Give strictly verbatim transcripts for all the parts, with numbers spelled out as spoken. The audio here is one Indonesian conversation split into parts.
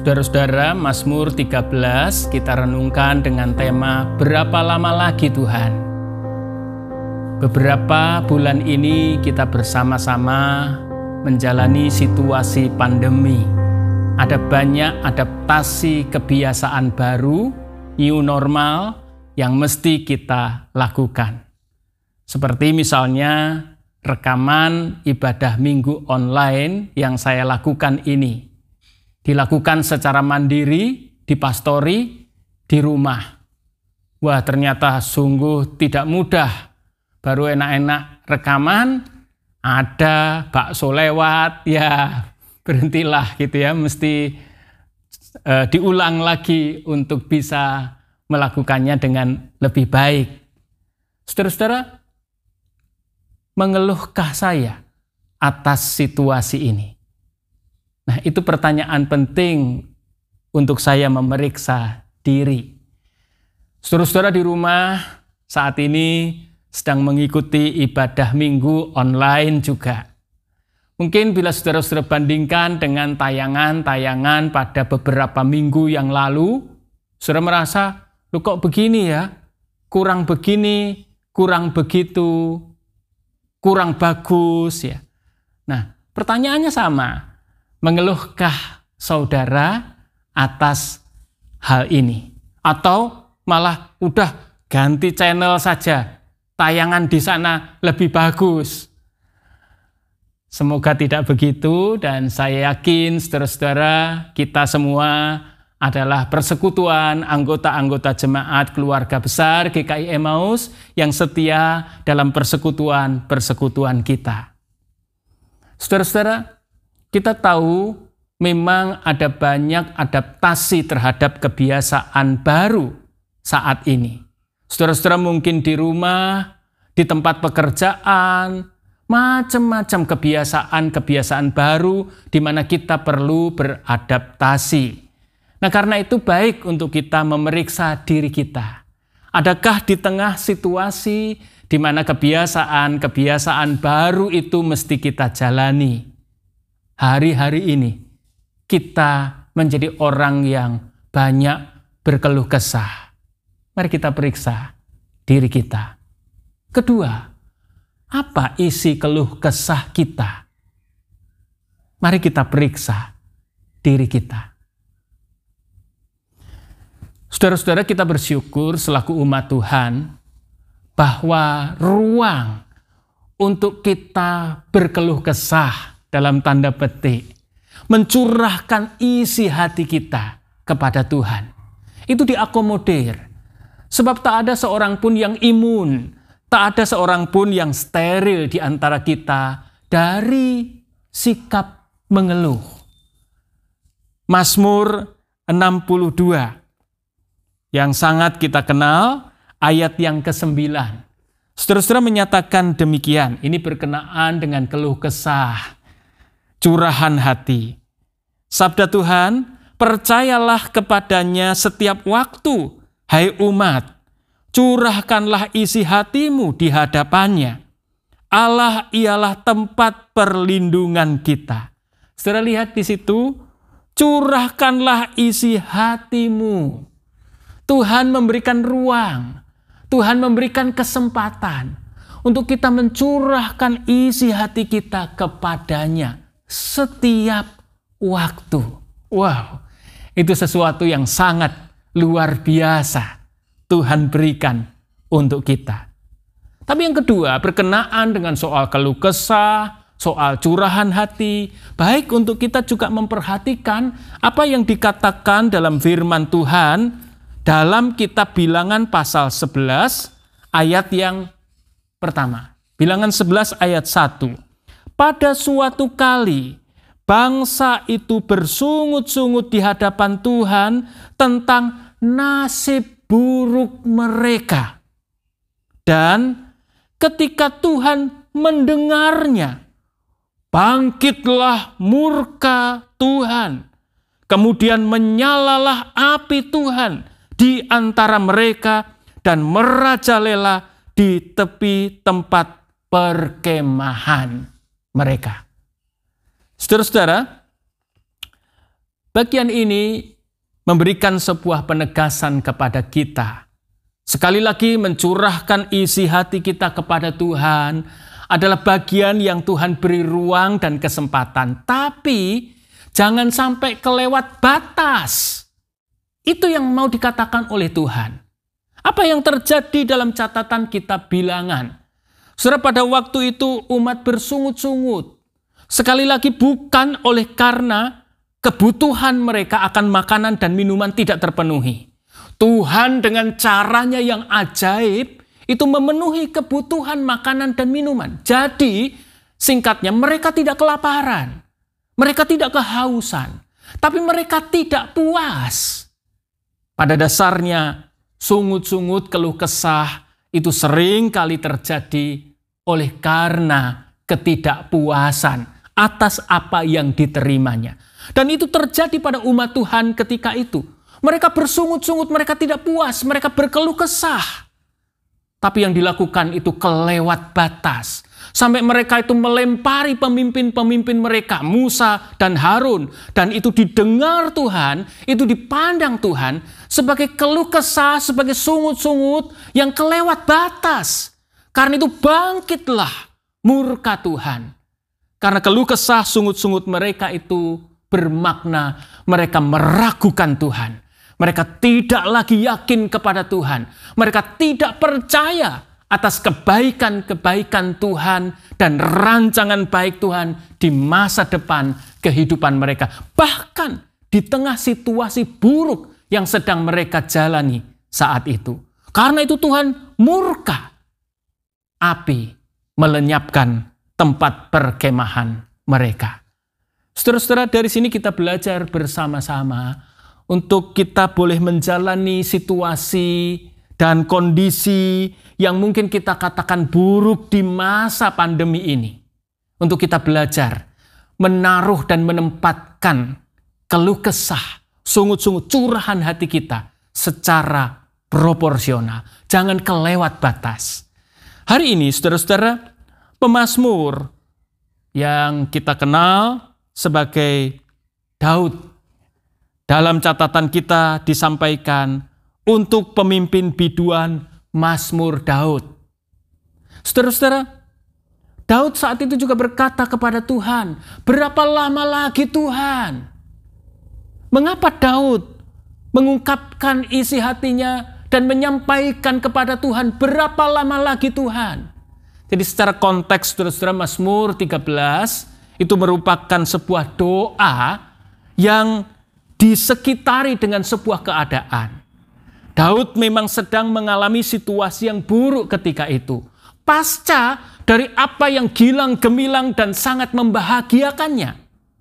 Saudara-saudara, Mazmur tiga belas kita renungkan dengan tema Berapa Lama Lagi Tuhan? Beberapa bulan ini kita bersama-sama menjalani situasi pandemi. Ada banyak adaptasi kebiasaan baru, new normal yang mesti kita lakukan. Seperti misalnya rekaman ibadah minggu online yang saya lakukan ini. Dilakukan secara mandiri, dipastori, di rumah. Wah, ternyata sungguh tidak mudah. Baru enak-enak rekaman, ada bakso lewat, ya berhentilah gitu ya. Mesti uh, diulang lagi untuk bisa melakukannya dengan lebih baik. Saudara-saudara, mengeluhkah saya atas situasi ini? Nah, itu pertanyaan penting untuk saya memeriksa diri. Saudara-saudara di rumah saat ini sedang mengikuti ibadah minggu online juga. Mungkin bila saudara-saudara bandingkan dengan tayangan-tayangan pada beberapa minggu yang lalu, saudara merasa, loh kok begini ya? Kurang begini, kurang begitu, kurang bagus ya. Nah, pertanyaannya sama. Mengeluhkah saudara atas hal ini? Atau malah udah ganti channel saja, tayangan di sana lebih bagus? Semoga tidak begitu, dan saya yakin saudara-saudara kita semua adalah persekutuan anggota-anggota jemaat keluarga besar G K I Emmaus yang setia dalam persekutuan-persekutuan kita. Saudara-saudara, kita tahu memang ada banyak adaptasi terhadap kebiasaan baru saat ini. Saudara-saudara mungkin di rumah, di tempat pekerjaan, macam-macam kebiasaan-kebiasaan baru di mana kita perlu beradaptasi. Nah, karena itu baik untuk kita memeriksa diri kita. Adakah di tengah situasi di mana kebiasaan-kebiasaan baru itu mesti kita jalani? Hari-hari ini kita menjadi orang yang banyak berkeluh kesah. Mari kita periksa diri kita. Kedua, apa isi keluh kesah kita? Mari kita periksa diri kita. Saudara-saudara, kita bersyukur selaku umat Tuhan bahwa ruang untuk kita berkeluh kesah dalam tanda petik, mencurahkan isi hati kita kepada Tuhan, itu diakomodir. Sebab tak ada seorang pun yang imun, tak ada seorang pun yang steril di antara kita dari sikap mengeluh. Mazmur enam puluh dua yang sangat kita kenal, ayat yang kesembilan. Saudara-saudara menyatakan demikian, ini berkenaan dengan keluh kesah, curahan hati. Sabda Tuhan, percayalah kepadanya setiap waktu, hai umat, curahkanlah isi hatimu di hadapannya. Allah ialah tempat perlindungan kita. Saudara lihat di situ, curahkanlah isi hatimu. Tuhan memberikan ruang, Tuhan memberikan kesempatan untuk kita mencurahkan isi hati kita kepadanya setiap waktu. Wow, itu sesuatu yang sangat luar biasa Tuhan berikan untuk kita. Tapi yang kedua, berkenaan dengan soal keluh kesah, soal curahan hati, baik untuk kita juga memperhatikan apa yang dikatakan dalam firman Tuhan dalam kitab Bilangan pasal sebelas ayat yang pertama. Bilangan sebelas ayat satu. Pada suatu kali bangsa itu bersungut-sungut di hadapan Tuhan tentang nasib buruk mereka. Dan ketika Tuhan mendengarnya, bangkitlah murka Tuhan. Kemudian menyalalah api Tuhan di antara mereka dan merajalela di tepi tempat perkemahan mereka. Saudara-saudara, bagian ini memberikan sebuah penegasan kepada kita. Sekali lagi, mencurahkan isi hati kita kepada Tuhan adalah bagian yang Tuhan beri ruang dan kesempatan. Tapi jangan sampai kelewat batas. Itu yang mau dikatakan oleh Tuhan. Apa yang terjadi dalam catatan kitab Bilangan? Saudara, pada waktu itu umat bersungut-sungut. Sekali lagi, bukan oleh karena kebutuhan mereka akan makanan dan minuman tidak terpenuhi. Tuhan dengan caranya yang ajaib itu memenuhi kebutuhan makanan dan minuman. Jadi singkatnya, mereka tidak kelaparan. Mereka tidak kehausan. Tapi mereka tidak puas. Pada dasarnya sungut-sungut keluh kesah itu sering kali terjadi oleh karena ketidakpuasan atas apa yang diterimanya. Dan itu terjadi pada umat Tuhan ketika itu. Mereka bersungut-sungut, mereka tidak puas, mereka berkeluh kesah. Tapi yang dilakukan itu kelewat batas. Sampai mereka itu melempari pemimpin-pemimpin mereka, Musa dan Harun. Dan itu didengar Tuhan, itu dipandang Tuhan sebagai keluh kesah, sebagai sungut-sungut yang kelewat batas. Karena itu bangkitlah murka Tuhan. Karena keluh kesah, sungut-sungut mereka itu bermakna mereka meragukan Tuhan. Mereka tidak lagi yakin kepada Tuhan. Mereka tidak percaya atas kebaikan-kebaikan Tuhan dan rancangan baik Tuhan di masa depan kehidupan mereka. Bahkan di tengah situasi buruk yang sedang mereka jalani saat itu. Karena itu Tuhan murka. Api melenyapkan tempat perkemahan mereka. Saudara-saudara, dari sini kita belajar bersama-sama untuk kita boleh menjalani situasi dan kondisi yang mungkin kita katakan buruk di masa pandemi ini. Untuk kita belajar menaruh dan menempatkan keluh kesah, sungut-sungut, curahan hati kita secara proporsional. Jangan kelewat batas. Hari ini, saudara-saudara, pemazmur yang kita kenal sebagai Daud, dalam catatan kita disampaikan untuk pemimpin biduan Mazmur Daud. Saudara-saudara, Daud saat itu juga berkata kepada Tuhan, berapa lama lagi Tuhan? Mengapa Daud mengungkapkan isi hatinya dan menyampaikan kepada Tuhan, berapa lama lagi Tuhan? Jadi secara konteks, saudara-saudara, Mazmur tiga belas itu merupakan sebuah doa yang disekitari dengan sebuah keadaan. Daud memang sedang mengalami situasi yang buruk ketika itu. Pasca dari apa yang gilang gemilang dan sangat membahagiakannya.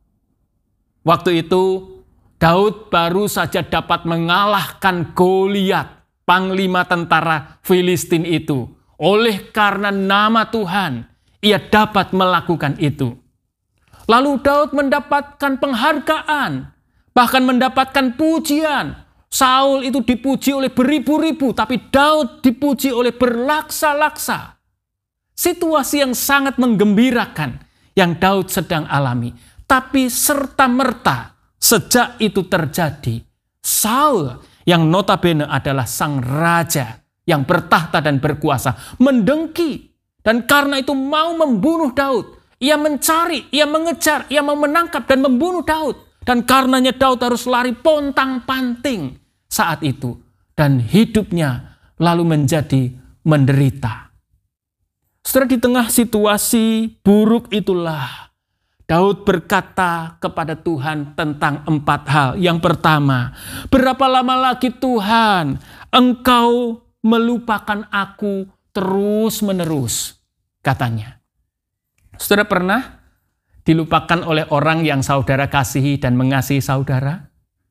Waktu itu Daud baru saja dapat mengalahkan Goliat, panglima tentara Filistin itu. Oleh karena nama Tuhan, ia dapat melakukan itu. Lalu Daud mendapatkan penghargaan, bahkan mendapatkan pujian. Saul itu dipuji oleh beribu-ribu, tapi Daud dipuji oleh berlaksa-laksa. Situasi yang sangat menggembirakan yang Daud sedang alami. Tapi serta-merta sejak itu terjadi, Saul yang notabene adalah sang raja yang bertahta dan berkuasa, mendengki. Dan karena itu mau membunuh Daud. Ia mencari, ia mengejar, ia mau menangkap dan membunuh Daud. Dan karenanya Daud harus lari pontang-panting saat itu. Dan hidupnya lalu menjadi menderita. Setelah di tengah situasi buruk itulah, Daud berkata kepada Tuhan tentang empat hal. Yang pertama, berapa lama lagi Tuhan Engkau melupakan aku terus-menerus, katanya. Saudara pernah dilupakan oleh orang yang saudara kasihi dan mengasihi saudara?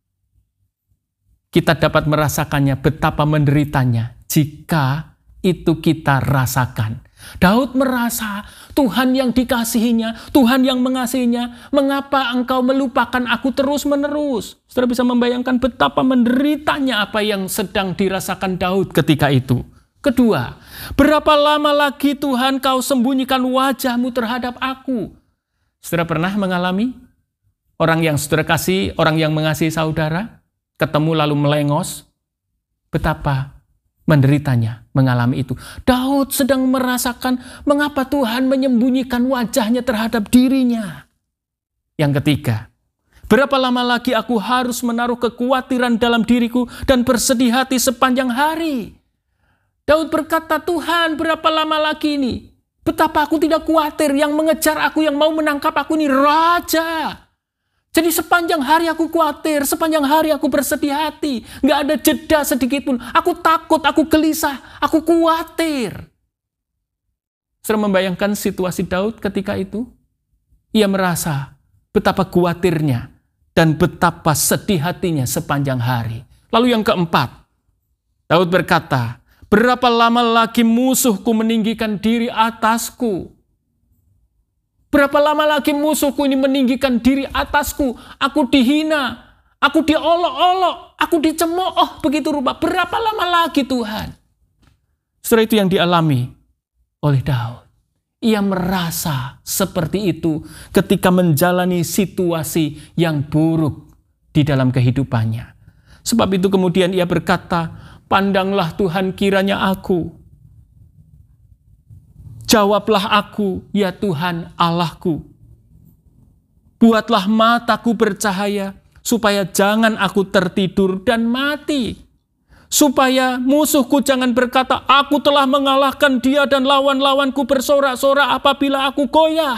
Kita dapat merasakannya betapa menderitanya jika itu kita rasakan. Daud merasa Tuhan yang dikasihinya, Tuhan yang mengasihinya, mengapa engkau melupakan aku terus-menerus? Saudara bisa membayangkan betapa menderitanya apa yang sedang dirasakan Daud ketika itu. Kedua, berapa lama lagi Tuhan kau sembunyikan wajahmu terhadap aku? Saudara pernah mengalami? Orang yang saudara kasih, orang yang mengasihi saudara, ketemu lalu melengos, betapa menderitanya mengalami itu. Daud sedang merasakan mengapa Tuhan menyembunyikan wajahnya terhadap dirinya. Yang ketiga, berapa lama lagi aku harus menaruh kekhawatiran dalam diriku dan bersedih hati sepanjang hari? Daud berkata, Tuhan, berapa lama lagi ini? Betapa aku tidak khawatir, yang mengejar aku, yang mau menangkap aku ini raja. Jadi sepanjang hari aku khawatir, sepanjang hari aku bersedih hati. Nggak ada jeda sedikit pun. Aku takut, aku gelisah, aku khawatir. Saudara membayangkan situasi Daud ketika itu? Ia merasa betapa khawatirnya dan betapa sedih hatinya sepanjang hari. Lalu yang keempat, Daud berkata, berapa lama lagi musuhku meninggikan diri atasku? Berapa lama lagi musuhku ini meninggikan diri atasku? Aku dihina, aku diolok-olok, aku dicemooh begitu rupa. Berapa lama lagi Tuhan? Setelah itu yang dialami oleh Daud. Ia merasa seperti itu ketika menjalani situasi yang buruk di dalam kehidupannya. Sebab itu kemudian ia berkata, pandanglah Tuhan kiranya aku. Jawablah aku, ya Tuhan Allahku. Buatlah mataku bercahaya, supaya jangan aku tertidur dan mati. Supaya musuhku jangan berkata, aku telah mengalahkan dia dan lawan-lawanku bersorak-sorak apabila aku goyah.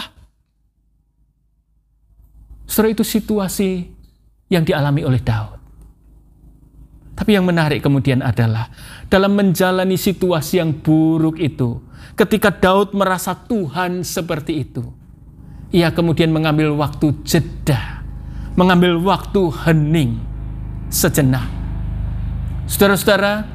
Setelah itu situasi yang dialami oleh Daud. Tapi yang menarik kemudian adalah dalam menjalani situasi yang buruk itu, ketika Daud merasa Tuhan seperti itu, ia kemudian mengambil waktu jeda, mengambil waktu hening sejenak. Saudara-saudara,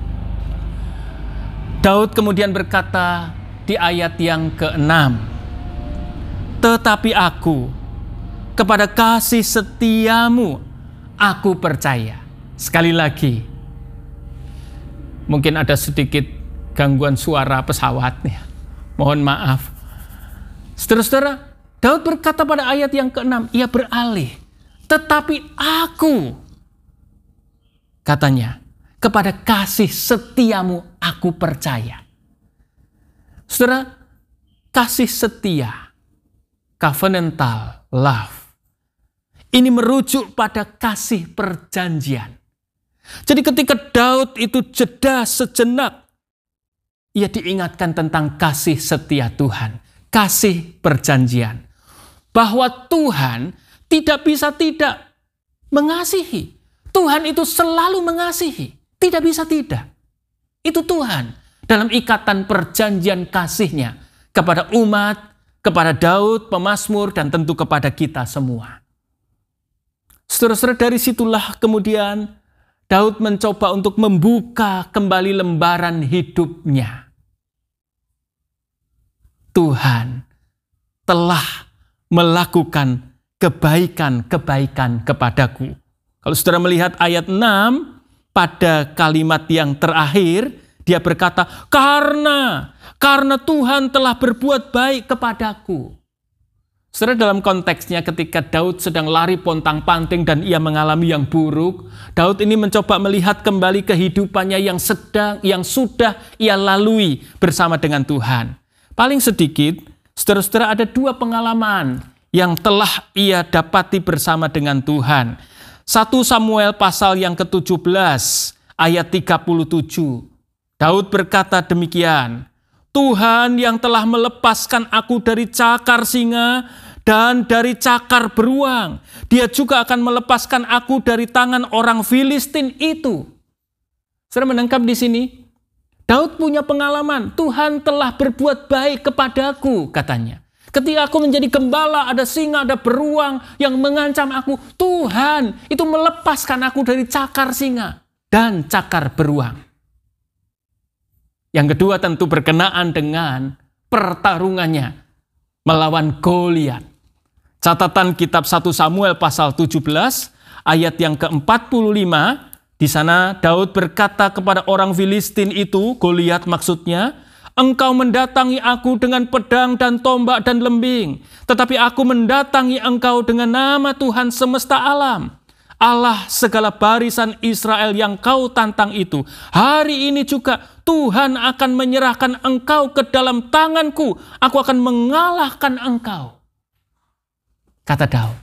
Daud kemudian berkata di ayat yang keenam, tetapi aku kepada kasih setiamu aku percaya. Sekali lagi, mungkin ada sedikit gangguan suara pesawatnya. Mohon maaf. Saudara-saudara, Daud berkata pada ayat yang keenam, ia beralih. Tetapi aku, katanya, kepada kasih setiamu aku percaya. Saudara, kasih setia, covenantal love, ini merujuk pada kasih perjanjian. Jadi ketika Daud itu jeda sejenak, ia diingatkan tentang kasih setia Tuhan, kasih perjanjian. Bahwa Tuhan tidak bisa tidak mengasihi. Tuhan itu selalu mengasihi, tidak bisa tidak. Itu Tuhan dalam ikatan perjanjian kasih-Nya kepada umat, kepada Daud, pemazmur, dan tentu kepada kita semua. Saudara-saudara, dari situlah kemudian Daud mencoba untuk membuka kembali lembaran hidupnya. Tuhan telah melakukan kebaikan-kebaikan kepadaku. Kalau saudara melihat ayat enam, pada kalimat yang terakhir, dia berkata, karena, karena Tuhan telah berbuat baik kepadaku. Saudara, dalam konteksnya ketika Daud sedang lari pontang-panting dan ia mengalami yang buruk, Daud ini mencoba melihat kembali kehidupannya yang sedang, yang sudah ia lalui bersama dengan Tuhan. Paling sedikit, saudara-saudara, ada dua pengalaman yang telah ia dapati bersama dengan Tuhan. satu Samuel pasal yang ke tujuh belas ayat tiga puluh tujuh. Daud berkata demikian, Tuhan yang telah melepaskan aku dari cakar singa dan dari cakar beruang. Dia juga akan melepaskan aku dari tangan orang Filistin itu. Saudara menangkap di sini, Daud punya pengalaman, Tuhan telah berbuat baik kepadaku, katanya. Ketika aku menjadi gembala, ada singa, ada beruang yang mengancam aku. Tuhan itu melepaskan aku dari cakar singa dan cakar beruang. Yang kedua tentu berkenaan dengan pertarungannya melawan Goliat. Catatan kitab satu Samuel pasal tujuh belas ayat yang ke empat puluh lima, di sana Daud berkata kepada orang Filistin itu, Goliat maksudnya, Engkau mendatangi aku dengan pedang dan tombak dan lembing, tetapi aku mendatangi engkau dengan nama Tuhan semesta alam, Allah segala barisan Israel yang kau tantang itu. Hari ini juga Tuhan akan menyerahkan engkau ke dalam tanganku. Aku akan mengalahkan engkau, kata Daud.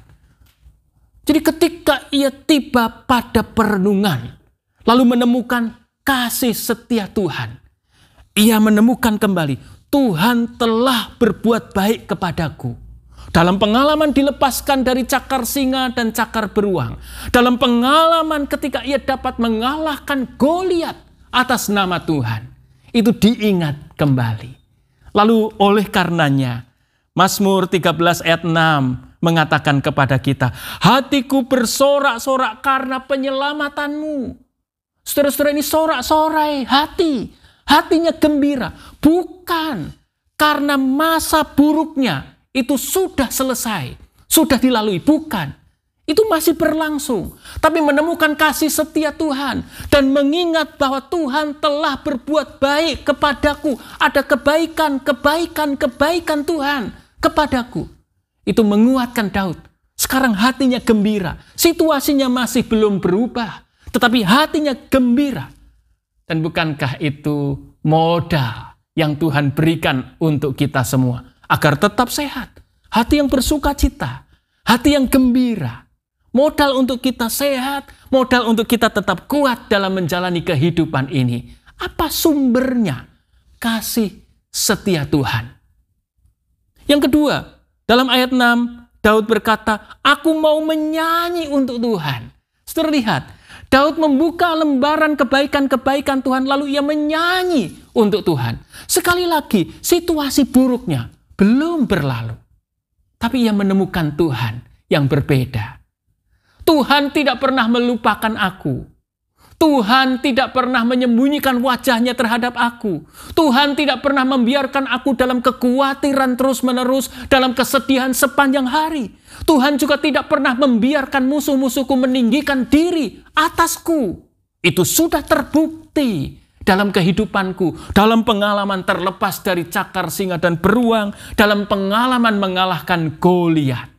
Jadi ketika ia tiba pada perenungan, lalu menemukan kasih setia Tuhan, ia menemukan kembali, Tuhan telah berbuat baik kepadaku. Dalam pengalaman dilepaskan dari cakar singa dan cakar beruang. Dalam pengalaman ketika ia dapat mengalahkan Goliat atas nama Tuhan. Itu diingat kembali. Lalu oleh karenanya, Mazmur tiga belas ayat enam mengatakan kepada kita, hatiku bersorak-sorak karena penyelamatanmu. Saudara-saudara, ini sorak-sorai hati. Hatinya gembira, bukan karena masa buruknya itu sudah selesai, sudah dilalui, bukan. Itu masih berlangsung, tapi menemukan kasih setia Tuhan dan mengingat bahwa Tuhan telah berbuat baik kepadaku. Ada kebaikan, kebaikan, kebaikan Tuhan kepadaku. Itu menguatkan Daud. Sekarang hatinya gembira, situasinya masih belum berubah, tetapi hatinya gembira. Dan bukankah itu modal yang Tuhan berikan untuk kita semua, agar tetap sehat, hati yang bersuka cita, hati yang gembira. Modal untuk kita sehat, modal untuk kita tetap kuat dalam menjalani kehidupan ini. Apa sumbernya? Kasih setia Tuhan. Yang kedua, dalam ayat enam, Daud berkata, aku mau menyanyi untuk Tuhan. Saudara lihat, Daud membuka lembaran kebaikan-kebaikan Tuhan, lalu ia menyanyi untuk Tuhan. Sekali lagi, situasi buruknya belum berlalu. Tapi ia menemukan Tuhan yang berbeda. Tuhan tidak pernah melupakan aku. Tuhan tidak pernah menyembunyikan wajahnya terhadap aku. Tuhan tidak pernah membiarkan aku dalam kekhawatiran terus-menerus, dalam kesedihan sepanjang hari. Tuhan juga tidak pernah membiarkan musuh-musuhku meninggikan diri atasku. Itu sudah terbukti dalam kehidupanku, dalam pengalaman terlepas dari cakar singa dan beruang, dalam pengalaman mengalahkan Goliat.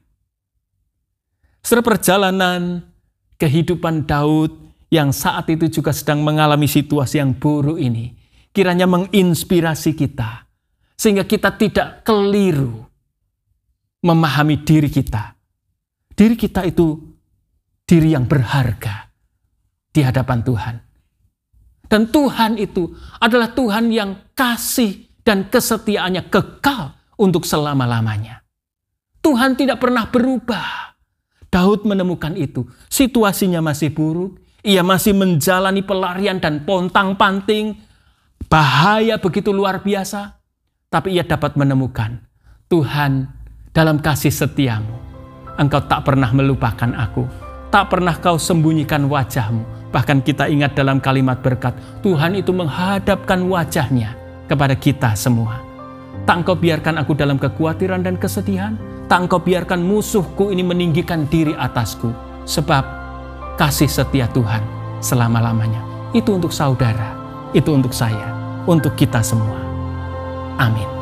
Setelah perjalanan kehidupan Daud yang saat itu juga sedang mengalami situasi yang buruk ini, kiranya menginspirasi kita, sehingga kita tidak keliru memahami diri kita. Diri kita itu diri yang berharga di hadapan Tuhan. Dan Tuhan itu adalah Tuhan yang kasih dan kesetiaannya kekal untuk selama-lamanya. Tuhan tidak pernah berubah. Daud menemukan itu. Situasinya masih buruk. Ia masih menjalani pelarian dan pontang-panting. Bahaya begitu luar biasa. Tapi ia dapat menemukan, Tuhan, dalam kasih setiamu, Engkau tak pernah melupakan aku. Tak pernah kau sembunyikan wajahmu. Bahkan kita ingat dalam kalimat berkat, Tuhan itu menghadapkan wajahnya kepada kita semua. Tak engkau biarkan aku dalam kekhawatiran dan kesedihan. Tak engkau biarkan musuhku ini meninggikan diri atasku. Sebab kasih setia Tuhan selama-lamanya. Itu untuk saudara, itu untuk saya, untuk kita semua. Amin.